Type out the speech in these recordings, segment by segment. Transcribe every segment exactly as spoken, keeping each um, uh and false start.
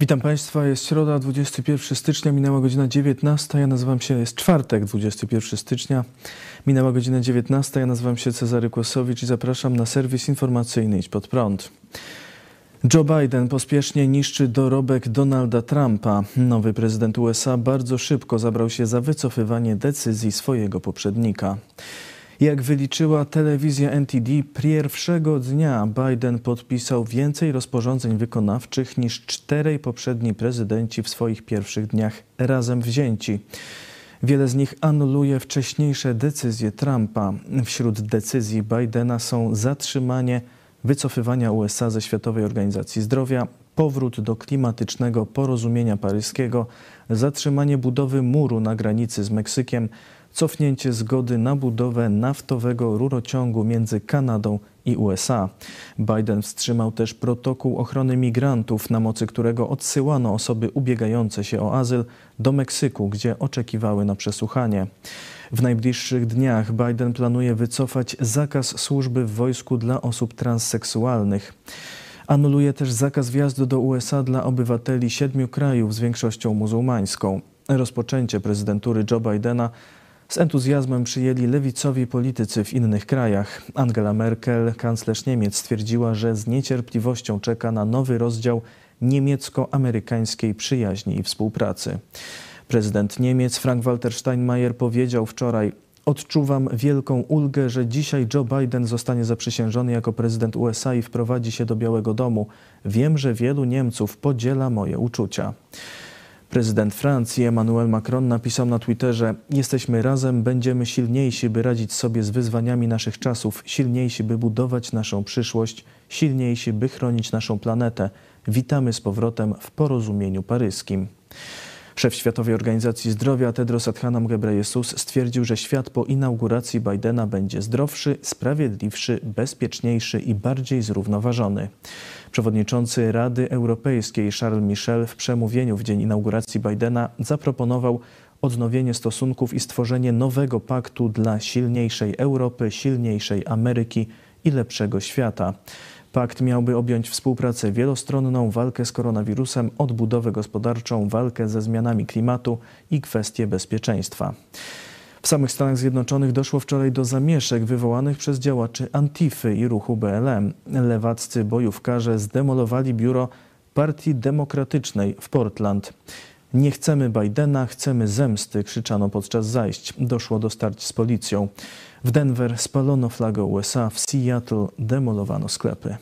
Witam Państwa, jest środa, dwudziestego pierwszego stycznia, minęła godzina dziewiętnasta, ja nazywam się, jest czwartek, dwudziestego pierwszego stycznia, minęła godzina dziewiętnasta, ja nazywam się Cezary Kłosowicz i zapraszam na serwis informacyjny Idź Pod Prąd. Joe Biden pospiesznie niszczy dorobek Donalda Trumpa. Nowy prezydent U S A bardzo szybko zabrał się za wycofywanie decyzji swojego poprzednika. Jak wyliczyła telewizja N T D, pierwszego dnia Biden podpisał więcej rozporządzeń wykonawczych niż czterej poprzedni prezydenci w swoich pierwszych dniach razem wzięci. Wiele z nich anuluje wcześniejsze decyzje Trumpa. Wśród decyzji Bidena są zatrzymanie wycofywania U S A ze Światowej Organizacji Zdrowia, powrót do klimatycznego porozumienia paryskiego, zatrzymanie budowy muru na granicy z Meksykiem, cofnięcie zgody na budowę naftowego rurociągu między Kanadą i U S A. Biden wstrzymał też protokół ochrony migrantów, na mocy którego odsyłano osoby ubiegające się o azyl do Meksyku, gdzie oczekiwały na przesłuchanie. W najbliższych dniach Biden planuje wycofać zakaz służby w wojsku dla osób transseksualnych. Anuluje też zakaz wjazdu do U S A dla obywateli siedmiu krajów z większością muzułmańską. Rozpoczęcie prezydentury Joe Bidena z entuzjazmem przyjęli lewicowi politycy w innych krajach. Angela Merkel, kanclerz Niemiec, stwierdziła, że z niecierpliwością czeka na nowy rozdział niemiecko-amerykańskiej przyjaźni i współpracy. Prezydent Niemiec Frank-Walter Steinmeier powiedział wczoraj: odczuwam wielką ulgę, że dzisiaj Joe Biden zostanie zaprzysiężony jako prezydent U S A i wprowadzi się do Białego Domu. Wiem, że wielu Niemców podziela moje uczucia. Prezydent Francji Emmanuel Macron napisał na Twitterze: jesteśmy razem, będziemy silniejsi, by radzić sobie z wyzwaniami naszych czasów, silniejsi, by budować naszą przyszłość, silniejsi, by chronić naszą planetę. Witamy z powrotem w porozumieniu paryskim. Szef Światowej Organizacji Zdrowia Tedros Adhanom Ghebreyesus stwierdził, że świat po inauguracji Bidena będzie zdrowszy, sprawiedliwszy, bezpieczniejszy i bardziej zrównoważony. Przewodniczący Rady Europejskiej Charles Michel w przemówieniu w dzień inauguracji Bidena zaproponował odnowienie stosunków i stworzenie nowego paktu dla silniejszej Europy, silniejszej Ameryki i lepszego świata. Pakt miałby objąć współpracę wielostronną, walkę z koronawirusem, odbudowę gospodarczą, walkę ze zmianami klimatu i kwestie bezpieczeństwa. W samych Stanach Zjednoczonych doszło wczoraj do zamieszek wywołanych przez działaczy Antify i ruchu B L M. Lewaccy bojówkarze zdemolowali biuro Partii Demokratycznej w Portland. Nie chcemy Bidena, chcemy zemsty, krzyczano podczas zajść. Doszło do starć z policją. W Denver spalono flagę U S A, w Seattle demolowano sklepy.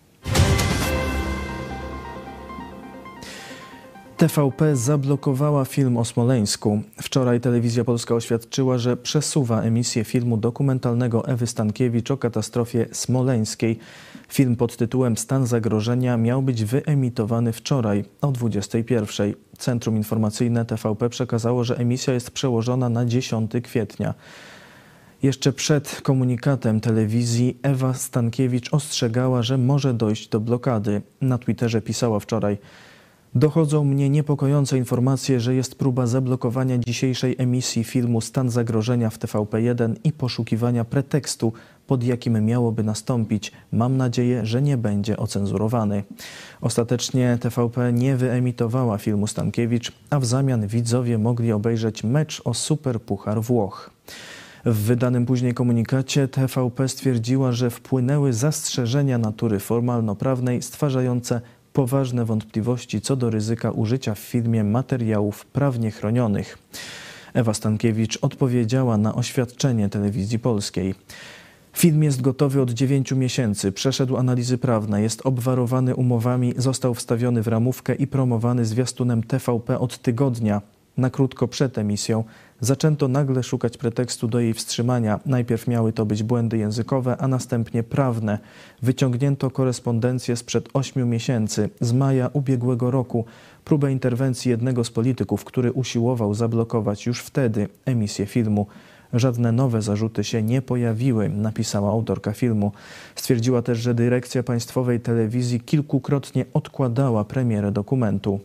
T V P zablokowała film o Smoleńsku. Wczoraj Telewizja Polska oświadczyła, że przesuwa emisję filmu dokumentalnego Ewy Stankiewicz o katastrofie smoleńskiej. Film pod tytułem Stan zagrożenia miał być wyemitowany wczoraj o dwudziestej pierwszej. Centrum Informacyjne T V P przekazało, że emisja jest przełożona na dziesiątego kwietnia. Jeszcze przed komunikatem telewizji Ewa Stankiewicz ostrzegała, że może dojść do blokady. Na Twitterze pisała wczoraj: dochodzą mnie niepokojące informacje, że jest próba zablokowania dzisiejszej emisji filmu Stan zagrożenia w T V P jeden i poszukiwania pretekstu, pod jakim miałoby nastąpić. Mam nadzieję, że nie będzie ocenzurowany. Ostatecznie T V P nie wyemitowała filmu Stankiewicz, a w zamian widzowie mogli obejrzeć mecz o Superpuchar Włoch. W wydanym później komunikacie T V P stwierdziła, że wpłynęły zastrzeżenia natury formalno-prawnej stwarzające poważne wątpliwości co do ryzyka użycia w filmie materiałów prawnie chronionych. Ewa Stankiewicz odpowiedziała na oświadczenie Telewizji Polskiej. Film jest gotowy od dziewięciu miesięcy, przeszedł analizy prawne, jest obwarowany umowami, został wstawiony w ramówkę i promowany zwiastunem T V P od tygodnia. Na krótko przed emisją zaczęto nagle szukać pretekstu do jej wstrzymania. Najpierw miały to być błędy językowe, a następnie prawne. Wyciągnięto korespondencję sprzed ośmiu miesięcy, z maja ubiegłego roku, próbę interwencji jednego z polityków, który usiłował zablokować już wtedy emisję filmu. Żadne nowe zarzuty się nie pojawiły, napisała autorka filmu. Stwierdziła też, że dyrekcja państwowej telewizji kilkukrotnie odkładała premierę dokumentu.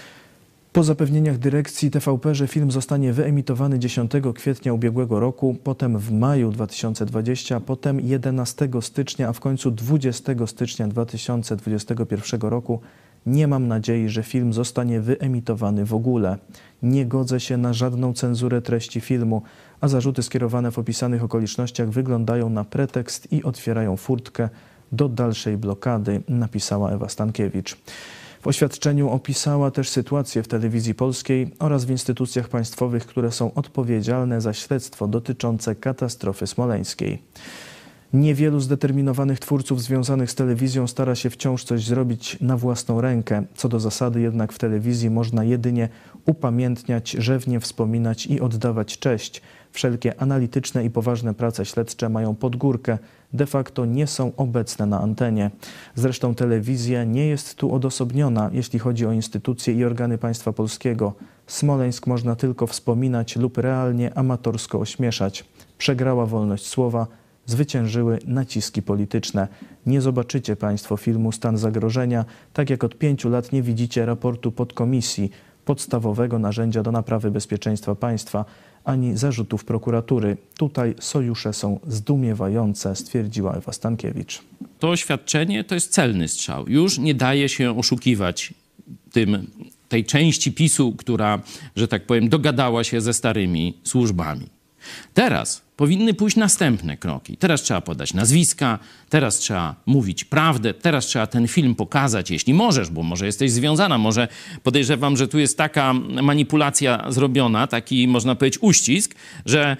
Po zapewnieniach dyrekcji T V P, że film zostanie wyemitowany dziesiątego kwietnia ubiegłego roku, potem w maju dwa tysiące dwudziestego, potem jedenastego stycznia, a w końcu dwudziestego stycznia dwa tysiące dwudziestego pierwszego roku, Nie mam nadziei, że film zostanie wyemitowany w ogóle. Nie godzę się na żadną cenzurę treści filmu, a zarzuty skierowane w opisanych okolicznościach wyglądają na pretekst i otwierają furtkę do dalszej blokady, napisała Ewa Stankiewicz. W oświadczeniu opisała też sytuację w telewizji polskiej oraz w instytucjach państwowych, które są odpowiedzialne za śledztwo dotyczące katastrofy smoleńskiej. Niewielu zdeterminowanych twórców związanych z telewizją stara się wciąż coś zrobić na własną rękę. Co do zasady jednak w telewizji można jedynie upamiętniać, rzewnie wspominać i oddawać cześć. Wszelkie analityczne i poważne prace śledcze mają podgórkę, de facto nie są obecne na antenie. Zresztą telewizja nie jest tu odosobniona, jeśli chodzi o instytucje i organy państwa polskiego. Smoleńsk można tylko wspominać lub realnie amatorsko ośmieszać. Przegrała wolność słowa, zwyciężyły naciski polityczne. Nie zobaczycie państwo filmu Stan zagrożenia, tak jak od pięciu lat nie widzicie raportu podkomisji, podstawowego narzędzia do naprawy bezpieczeństwa państwa, ani zarzutów prokuratury. Tutaj sojusze są zdumiewające, stwierdziła Ewa Stankiewicz. To oświadczenie to jest celny strzał. Już nie daje się oszukiwać tym, tej części PiSu, która, że tak powiem, dogadała się ze starymi służbami. Teraz powinny pójść następne kroki. Teraz trzeba podać nazwiska, teraz trzeba mówić prawdę, teraz trzeba ten film pokazać, jeśli możesz, bo może jesteś związana, może podejrzewam, że tu jest taka manipulacja zrobiona, taki można powiedzieć uścisk, że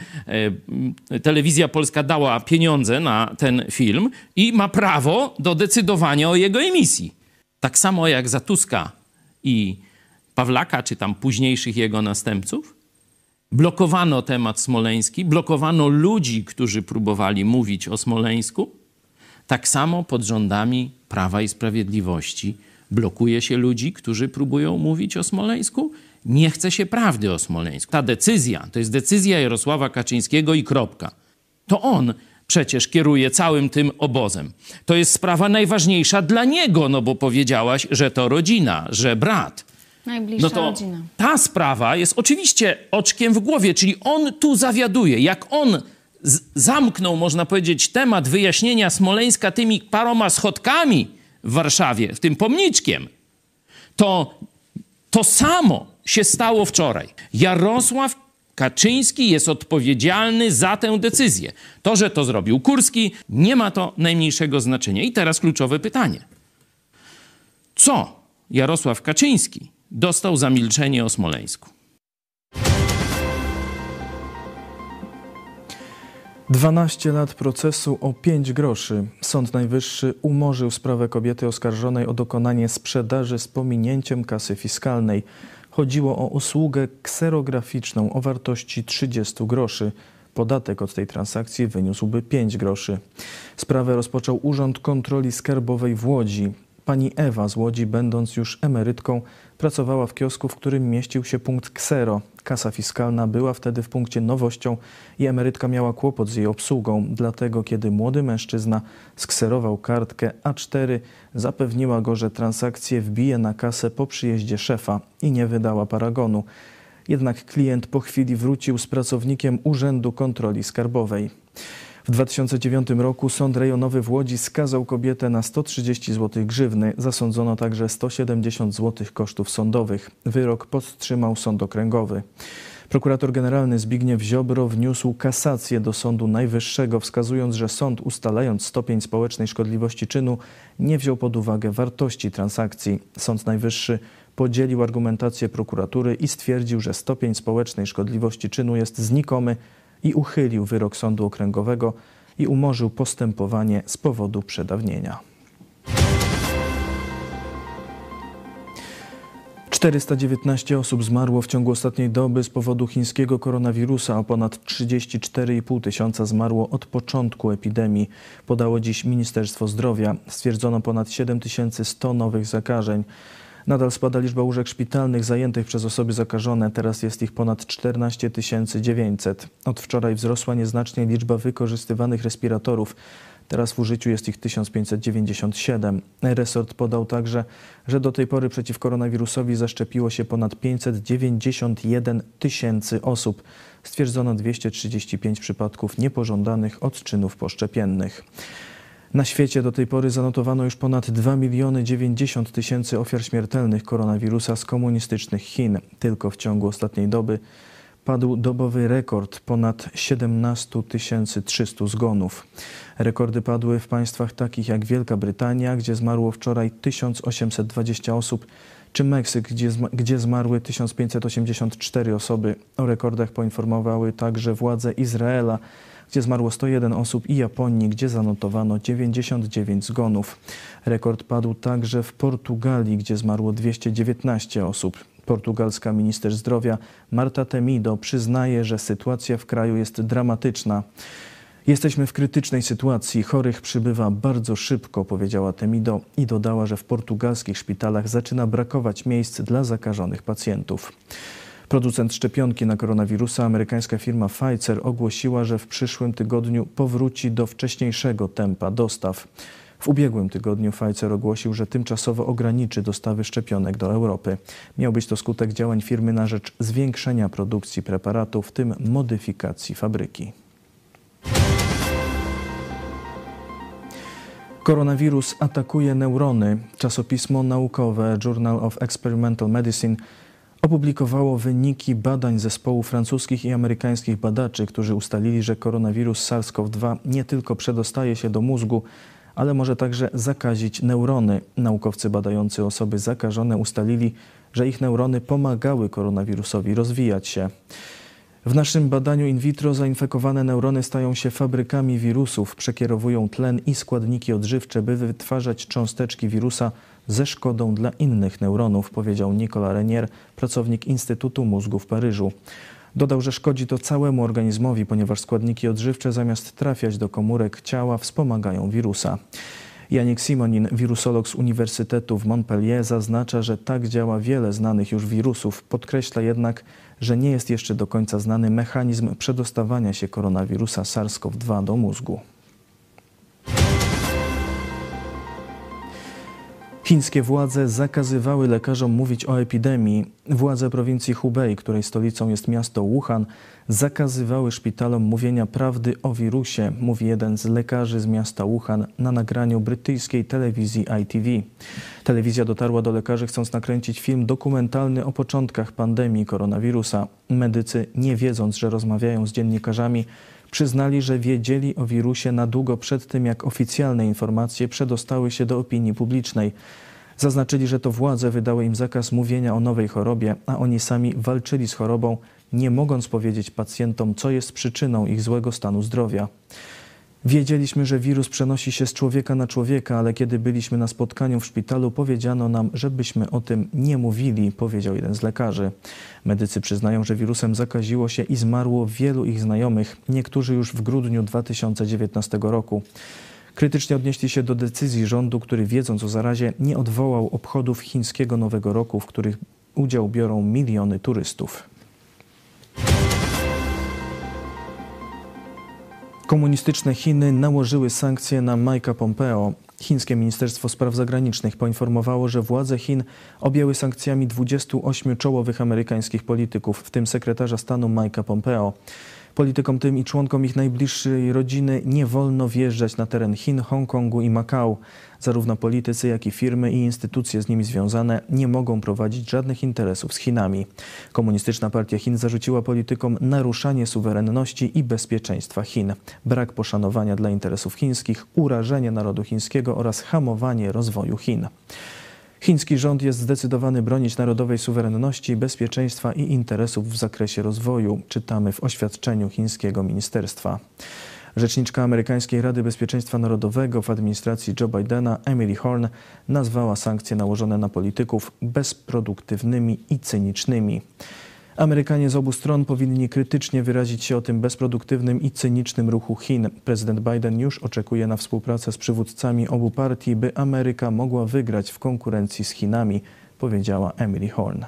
e, telewizja polska dała pieniądze na ten film i ma prawo do decydowania o jego emisji. Tak samo jak za Tuska i Pawlaka, czy tam późniejszych jego następców, blokowano temat smoleński, blokowano ludzi, którzy próbowali mówić o Smoleńsku. Tak samo pod rządami Prawa i Sprawiedliwości blokuje się ludzi, którzy próbują mówić o Smoleńsku. Nie chce się prawdy o Smoleńsku. Ta decyzja to jest decyzja Jarosława Kaczyńskiego i kropka. To on przecież kieruje całym tym obozem. To jest sprawa najważniejsza dla niego, no bo powiedziałaś, że to rodzina, że brat. Najbliższa no to rodzina. Ta sprawa jest oczywiście oczkiem w głowie, czyli on tu zawiaduje. Jak on z- zamknął, można powiedzieć, temat wyjaśnienia Smoleńska tymi paroma schodkami w Warszawie, w tym pomniczkiem, to to samo się stało wczoraj. Jarosław Kaczyński jest odpowiedzialny za tę decyzję. To, że to zrobił Kurski, nie ma to najmniejszego znaczenia. I teraz kluczowe pytanie. Co Jarosław Kaczyński dostał za milczenie o Smoleńsku? dwanaście lat procesu o pięć groszy. Sąd Najwyższy umorzył sprawę kobiety oskarżonej o dokonanie sprzedaży z pominięciem kasy fiskalnej. Chodziło o usługę kserograficzną o wartości trzydzieści groszy. Podatek od tej transakcji wyniósłby pięć groszy. Sprawę rozpoczął Urząd Kontroli Skarbowej w Łodzi. Pani Ewa z Łodzi, będąc już emerytką, pracowała w kiosku, w którym mieścił się punkt ksero. Kasa fiskalna była wtedy w punkcie nowością i emerytka miała kłopot z jej obsługą. Dlatego, kiedy młody mężczyzna skserował kartkę A cztery, zapewniła go, że transakcję wbije na kasę po przyjeździe szefa i nie wydała paragonu. Jednak klient po chwili wrócił z pracownikiem Urzędu Kontroli Skarbowej. W dwa tysiące dziewiątym roku Sąd Rejonowy w Łodzi skazał kobietę na sto trzydzieści złotych grzywny. Zasądzono także sto siedemdziesiąt złotych kosztów sądowych. Wyrok podtrzymał Sąd Okręgowy. Prokurator generalny Zbigniew Ziobro wniósł kasację do Sądu Najwyższego, wskazując, że sąd, ustalając stopień społecznej szkodliwości czynu, nie wziął pod uwagę wartości transakcji. Sąd Najwyższy podzielił argumentację prokuratury i stwierdził, że stopień społecznej szkodliwości czynu jest znikomy i uchylił wyrok Sądu Okręgowego i umorzył postępowanie z powodu przedawnienia. czterysta dziewiętnaście osób zmarło w ciągu ostatniej doby z powodu chińskiego koronawirusa, a ponad trzydzieści cztery i pół tysiąca zmarło od początku epidemii, podało dziś Ministerstwo Zdrowia. Stwierdzono ponad siedem tysięcy sto nowych zakażeń. Nadal spada liczba łóżek szpitalnych zajętych przez osoby zakażone. Teraz jest ich ponad czternaście tysięcy dziewięćset. Od wczoraj wzrosła nieznacznie liczba wykorzystywanych respiratorów. Teraz w użyciu jest ich tysiąc pięćset dziewięćdziesiąt siedem. Resort podał także, że do tej pory przeciw koronawirusowi zaszczepiło się ponad pięćset dziewięćdziesiąt jeden tysięcy osób. Stwierdzono dwieście trzydzieści pięć przypadków niepożądanych odczynów poszczepiennych. Na świecie do tej pory zanotowano już ponad dwa miliony dziewięćdziesiąt tysięcy ofiar śmiertelnych koronawirusa z komunistycznych Chin. Tylko w ciągu ostatniej doby padł dobowy rekord ponad siedemnaście tysięcy trzysta zgonów. Rekordy padły w państwach takich jak Wielka Brytania, gdzie zmarło wczoraj tysiąc osiemset dwadzieścia osób, czy Meksyk, gdzie, gdzie zmarły tysiąc pięćset osiemdziesiąt cztery osoby. O rekordach poinformowały także władze Izraela, gdzie zmarło sto jeden osób, i Japonii, gdzie zanotowano dziewięćdziesiąt dziewięć zgonów. Rekord padł także w Portugalii, gdzie zmarło dwieście dziewiętnaście osób. Portugalska minister zdrowia Marta Temido przyznaje, że sytuacja w kraju jest dramatyczna. Jesteśmy w krytycznej sytuacji, chorych przybywa bardzo szybko, powiedziała Temido i dodała, że w portugalskich szpitalach zaczyna brakować miejsc dla zakażonych pacjentów. Producent szczepionki na koronawirusa, amerykańska firma Pfizer, ogłosiła, że w przyszłym tygodniu powróci do wcześniejszego tempa dostaw. W ubiegłym tygodniu Pfizer ogłosił, że tymczasowo ograniczy dostawy szczepionek do Europy. Miał być to skutek działań firmy na rzecz zwiększenia produkcji preparatu, w tym modyfikacji fabryki. Koronawirus atakuje neurony. Czasopismo naukowe Journal of Experimental Medicine opublikowało wyniki badań zespołu francuskich i amerykańskich badaczy, którzy ustalili, że koronawirus SARS-CoV dwa nie tylko przedostaje się do mózgu, ale może także zakazić neurony. Naukowcy badający osoby zakażone ustalili, że ich neurony pomagały koronawirusowi rozwijać się. W naszym badaniu in vitro zainfekowane neurony stają się fabrykami wirusów, przekierowują tlen i składniki odżywcze, by wytwarzać cząsteczki wirusa ze szkodą dla innych neuronów, powiedział Nicolas Renier, pracownik Instytutu Mózgu w Paryżu. Dodał, że szkodzi to całemu organizmowi, ponieważ składniki odżywcze zamiast trafiać do komórek ciała wspomagają wirusa. Yannick Simonin, wirusolog z Uniwersytetu w Montpellier, zaznacza, że tak działa wiele znanych już wirusów. Podkreśla jednak, że nie jest jeszcze do końca znany mechanizm przedostawania się koronawirusa SARS-CoV dwa do mózgu. Chińskie władze zakazywały lekarzom mówić o epidemii. Władze prowincji Hubei, której stolicą jest miasto Wuhan, zakazywały szpitalom mówienia prawdy o wirusie, mówi jeden z lekarzy z miasta Wuhan na nagraniu brytyjskiej telewizji I T V. Telewizja dotarła do lekarzy, chcąc nakręcić film dokumentalny o początkach pandemii koronawirusa. Medycy, nie wiedząc, że rozmawiają z dziennikarzami, przyznali, że wiedzieli o wirusie na długo przed tym, jak oficjalne informacje przedostały się do opinii publicznej. Zaznaczyli, że to władze wydały im zakaz mówienia o nowej chorobie, a oni sami walczyli z chorobą, nie mogąc powiedzieć pacjentom, co jest przyczyną ich złego stanu zdrowia. Wiedzieliśmy, że wirus przenosi się z człowieka na człowieka, ale kiedy byliśmy na spotkaniu w szpitalu, powiedziano nam, żebyśmy o tym nie mówili, powiedział jeden z lekarzy. Medycy przyznają, że wirusem zakaziło się i zmarło wielu ich znajomych, niektórzy już w grudniu dwa tysiące dziewiętnastego roku. Krytycznie odnieśli się do decyzji rządu, który, wiedząc o zarazie, nie odwołał obchodów chińskiego Nowego Roku, w których udział biorą miliony turystów. Komunistyczne Chiny nałożyły sankcje na Mike'a Pompeo. Chińskie Ministerstwo Spraw Zagranicznych poinformowało, że władze Chin objęły sankcjami dwudziestu ośmiu czołowych amerykańskich polityków, w tym sekretarza stanu Mike'a Pompeo. Politykom tym i członkom ich najbliższej rodziny nie wolno wjeżdżać na teren Chin, Hongkongu i Makao. Zarówno politycy, jak i firmy i instytucje z nimi związane nie mogą prowadzić żadnych interesów z Chinami. Komunistyczna Partia Chin zarzuciła politykom naruszanie suwerenności i bezpieczeństwa Chin, brak poszanowania dla interesów chińskich, urażenie narodu chińskiego oraz hamowanie rozwoju Chin. Chiński rząd jest zdecydowany bronić narodowej suwerenności, bezpieczeństwa i interesów w zakresie rozwoju, czytamy w oświadczeniu chińskiego ministerstwa. Rzeczniczka amerykańskiej Rady Bezpieczeństwa Narodowego w administracji Joe Bidena, Emily Horn, nazwała sankcje nałożone na polityków bezproduktywnymi i cynicznymi. Amerykanie z obu stron powinni krytycznie wyrazić się o tym bezproduktywnym i cynicznym ruchu Chin. Prezydent Biden już oczekuje na współpracę z przywódcami obu partii, by Ameryka mogła wygrać w konkurencji z Chinami, powiedziała Emily Horn.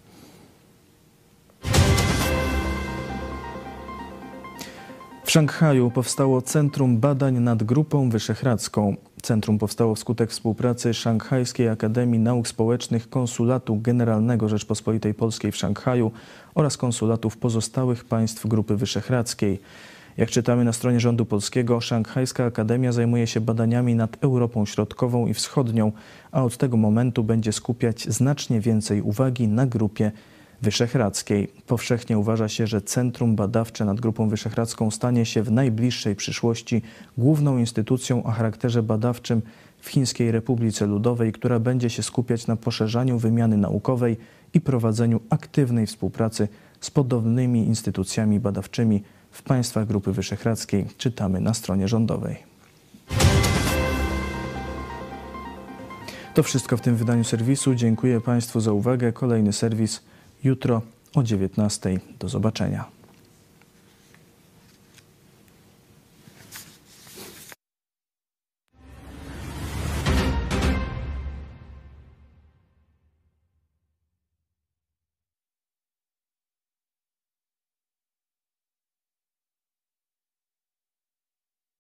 W Szanghaju powstało Centrum Badań nad Grupą Wyszehradzką. Centrum powstało wskutek współpracy Szanghajskiej Akademii Nauk Społecznych, Konsulatu Generalnego Rzeczpospolitej Polskiej w Szanghaju oraz konsulatów pozostałych państw Grupy Wyszehradzkiej. Jak czytamy na stronie rządu polskiego, Szanghajska Akademia zajmuje się badaniami nad Europą Środkową i Wschodnią, a od tego momentu będzie skupiać znacznie więcej uwagi na Grupie Wyszehradzkiej. Powszechnie uważa się, że Centrum Badawcze nad Grupą Wyszehradzką stanie się w najbliższej przyszłości główną instytucją o charakterze badawczym w Chińskiej Republice Ludowej, która będzie się skupiać na poszerzaniu wymiany naukowej i prowadzeniu aktywnej współpracy z podobnymi instytucjami badawczymi w państwach Grupy Wyszehradzkiej, czytamy na stronie rządowej. To wszystko w tym wydaniu serwisu. Dziękuję Państwu za uwagę. Kolejny serwis jutro o dziewiętnastej. Do zobaczenia.